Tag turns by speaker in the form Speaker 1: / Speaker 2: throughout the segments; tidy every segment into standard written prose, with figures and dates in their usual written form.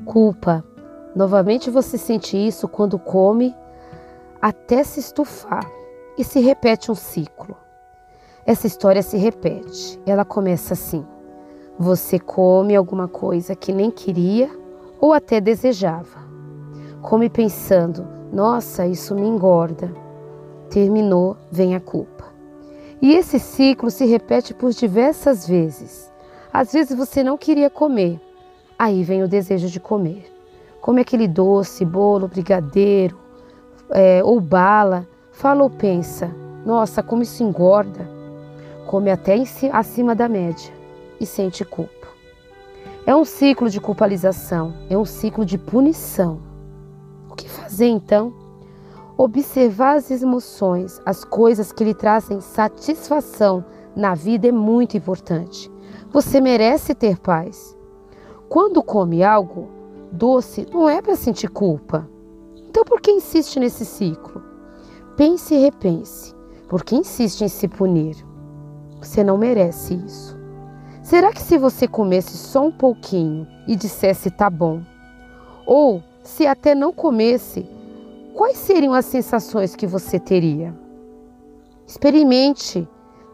Speaker 1: Culpa. Novamente você sente isso quando come até se estufar e se repete um ciclo. Essa história se repete. Ela começa assim: você come alguma coisa que nem queria ou até desejava. Come pensando, nossa, isso me engorda. Terminou, vem a culpa. E esse ciclo se repete por diversas vezes. Às vezes você não queria comer, aí vem o desejo de comer. Come aquele doce, bolo, brigadeiro ou bala, fala ou pensa, nossa, como isso engorda. Come até acima da média e sente culpa. É um ciclo de culpabilização, é um ciclo de punição. O que fazer então? Observar as emoções, as coisas que lhe trazem satisfação na vida é muito importante. Você merece ter paz. Quando come algo doce, não é para sentir culpa. Então por que insiste nesse ciclo? Pense e repense. Por que insiste em se punir? Você não merece isso. Será que se você comesse só um pouquinho e dissesse tá bom? Ou se até não comesse, quais seriam as sensações que você teria? Experimente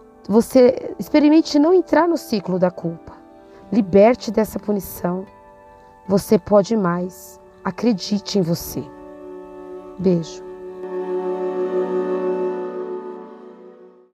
Speaker 1: não entrar no ciclo da culpa. Liberte dessa punição. Você pode mais. Acredite em você. Beijo.